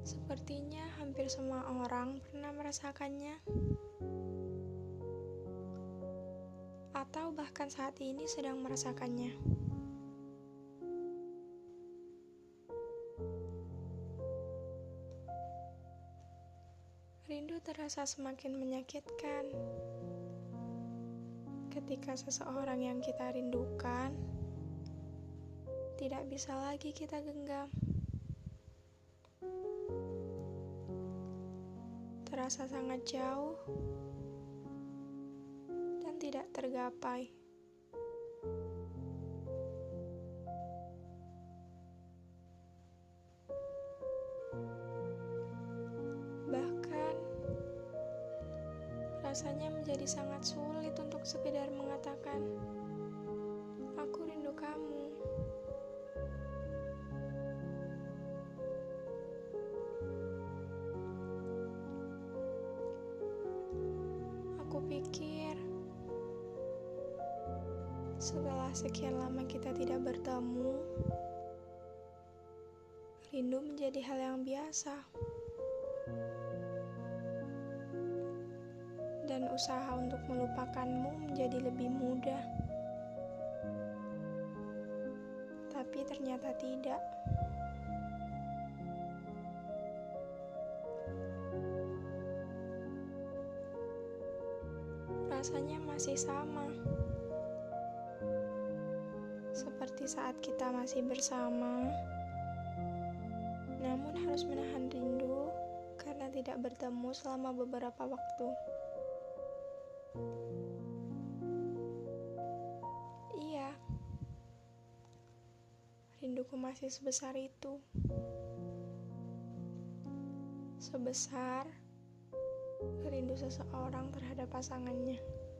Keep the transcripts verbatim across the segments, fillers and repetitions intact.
Sepertinya hampir semua orang pernah merasakannya, atau bahkan saat ini sedang merasakannya. Rindu terasa semakin menyakitkan ketika seseorang yang kita rindukan tidak bisa lagi kita genggam. Terasa sangat jauh dan tidak tergapai. Bahkan rasanya menjadi sangat sulit untuk sekedar mengatakan, "Aku rindu kamu." Aku pikir setelah sekian lama kita tidak bertemu, rindu menjadi hal yang biasa. Dan usaha untuk melupakanmu menjadi lebih mudah. Tapi ternyata tidak. Rasanya masih sama. Seperti saat kita masih bersama, namun harus menahan rindu karena tidak bertemu selama beberapa waktu. Iya, rinduku masih sebesar itu. Sebesar rindu seseorang terhadap pasangannya.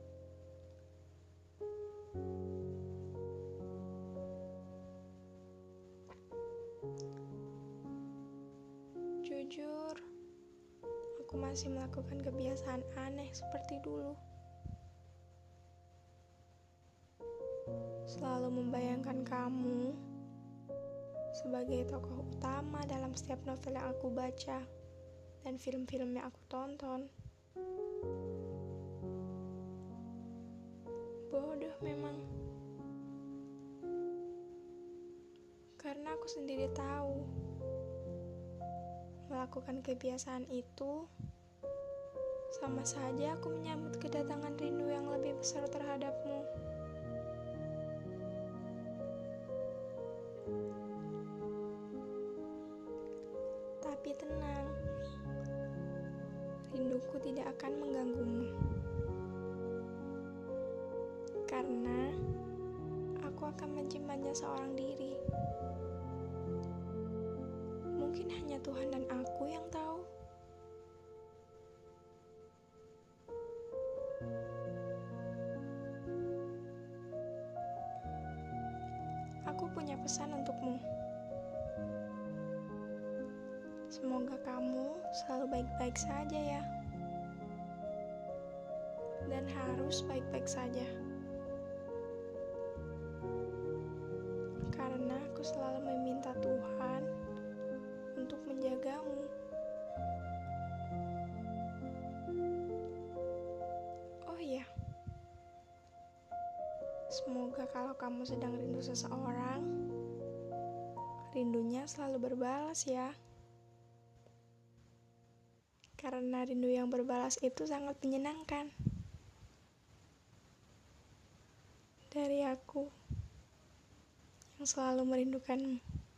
Jujur, aku masih melakukan kebiasaan aneh seperti dulu. Selalu membayangkan kamu sebagai tokoh utama dalam setiap novel yang aku baca dan film-film yang aku tonton. Bodoh memang. Karena aku sendiri tahu melakukan kebiasaan itu sama saja aku menyambut kedatangan rindu yang lebih besar terhadapmu. Tapi tenang, rinduku tidak akan mengganggumu. Karena aku akan menyimpannya seorang diri. Mungkin hanya Tuhan dan aku yang tahu. Aku punya pesan untukmu. Semoga kamu selalu baik-baik saja ya. Dan harus baik-baik saja. Karena aku selalu meminta Tuhan untuk menjagamu. Oh iya, semoga kalau kamu sedang rindu seseorang, rindunya selalu berbalas ya. Karena rindu yang berbalas itu sangat menyenangkan. Dari aku yang selalu merindukanmu.